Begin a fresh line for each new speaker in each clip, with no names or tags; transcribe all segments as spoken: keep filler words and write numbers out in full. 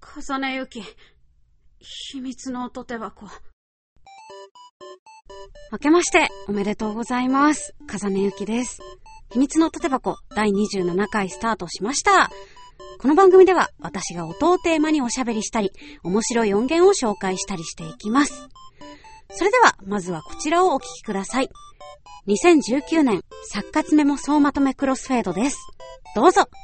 風根ゆき、秘密の音手箱。明けましておめでとうございます。風根ゆきです。秘密の音手箱だいにじゅうななかいスタートしました。この番組では私が音をテーマにおしゃべりしたり、面白い音源を紹介したりしていきます。それではまずはこちらをお聞きください。にせんじゅうきゅうねん作活メモ総まとめクロスフェードです。どうぞ。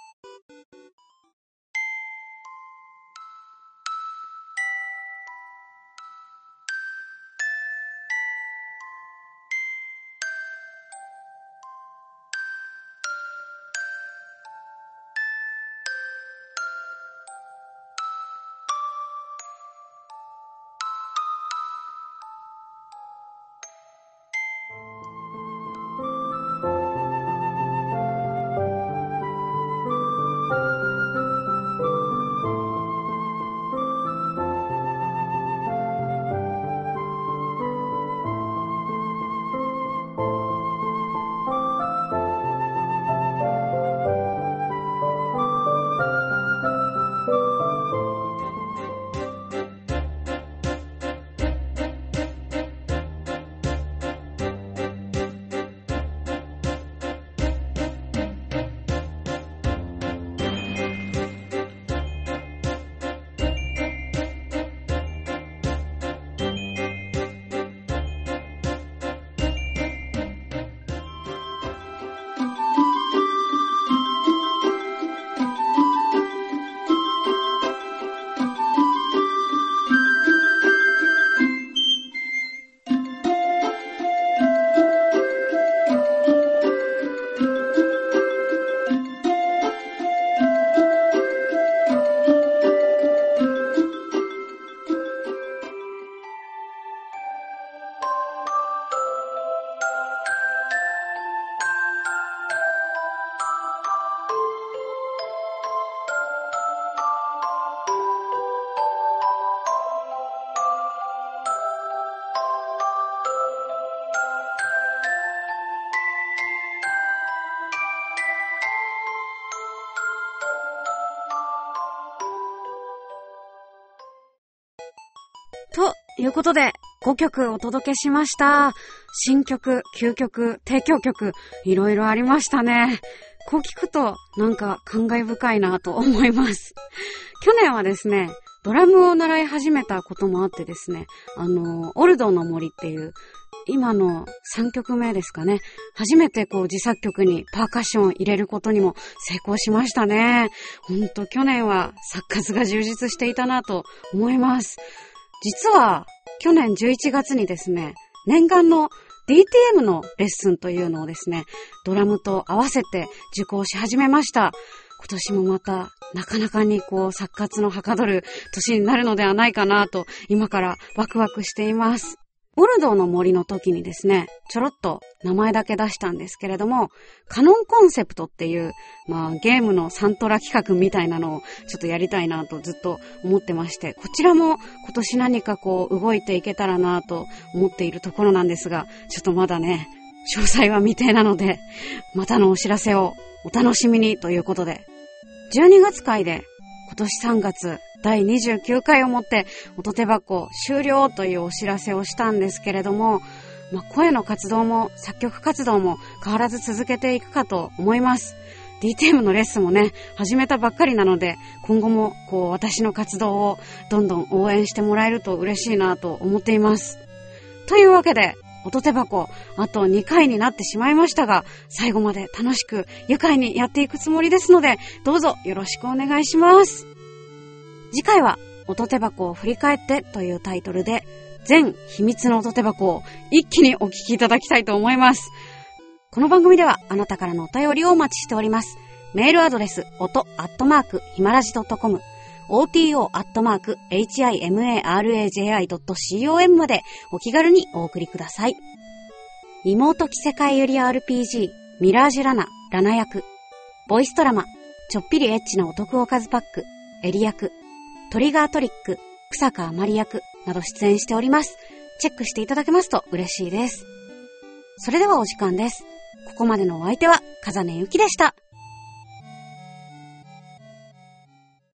ということでごきょくお届けしました。新曲、旧曲、提供曲、いろいろありましたね。こう聞くとなんか感慨深いなと思います。去年はですね、ドラムを習い始めたこともあってですね、あのオルドの森っていう今のさんきょくめですかね、初めてこう自作曲にパーカッションを入れることにも成功しましたね。ほんと去年は作活が充実していたなと思います。実は去年じゅういちがつにですね、念願の ディーティーエム のレッスンというのをですね、ドラムと合わせて受講し始めました。今年もまたなかなかにこう作活のはかどる年になるのではないかなと今からワクワクしています。オルドの森の時にですね、ちょろっと名前だけ出したんですけれども、カノンコンセプトっていう、まあゲームのサントラ企画みたいなのをちょっとやりたいなとずっと思ってまして、こちらも今年何かこう動いていけたらなと思っているところなんですが、ちょっとまだね、詳細は未定なので、またのお知らせをお楽しみにということで、じゅうにがつ会で今年さんがつだいにじゅうきゅうかいをもって音手箱終了というお知らせをしたんですけれども、まあ、声の活動も作曲活動も変わらず続けていくかと思います。 ディーティーエム のレッスンもね始めたばっかりなので、今後もこう私の活動をどんどん応援してもらえると嬉しいなと思っています。というわけで音手箱あとにかいになってしまいましたが、最後まで楽しく愉快にやっていくつもりですので、どうぞよろしくお願いします。次回は音手箱を振り返ってというタイトルで全秘密の音手箱を一気にお聞きいただきたいと思います。この番組ではあなたからのお便りをお待ちしております。メールアドレス音アットマークヒマラジドットコム、 オーティーオー アットマーク エイチアイエムエーアールエージェーアイ ドット コム までお気軽にお送りください。妹着世界より アールピージー ミラージュラナラナ役、ボイスドラマちょっぴりエッチなお得おかずパックエリ役、トリガートリック草加あまり役など出演しております。チェックしていただけますと嬉しいです。それではお時間です。ここまでのお相手は風根ゆきでした。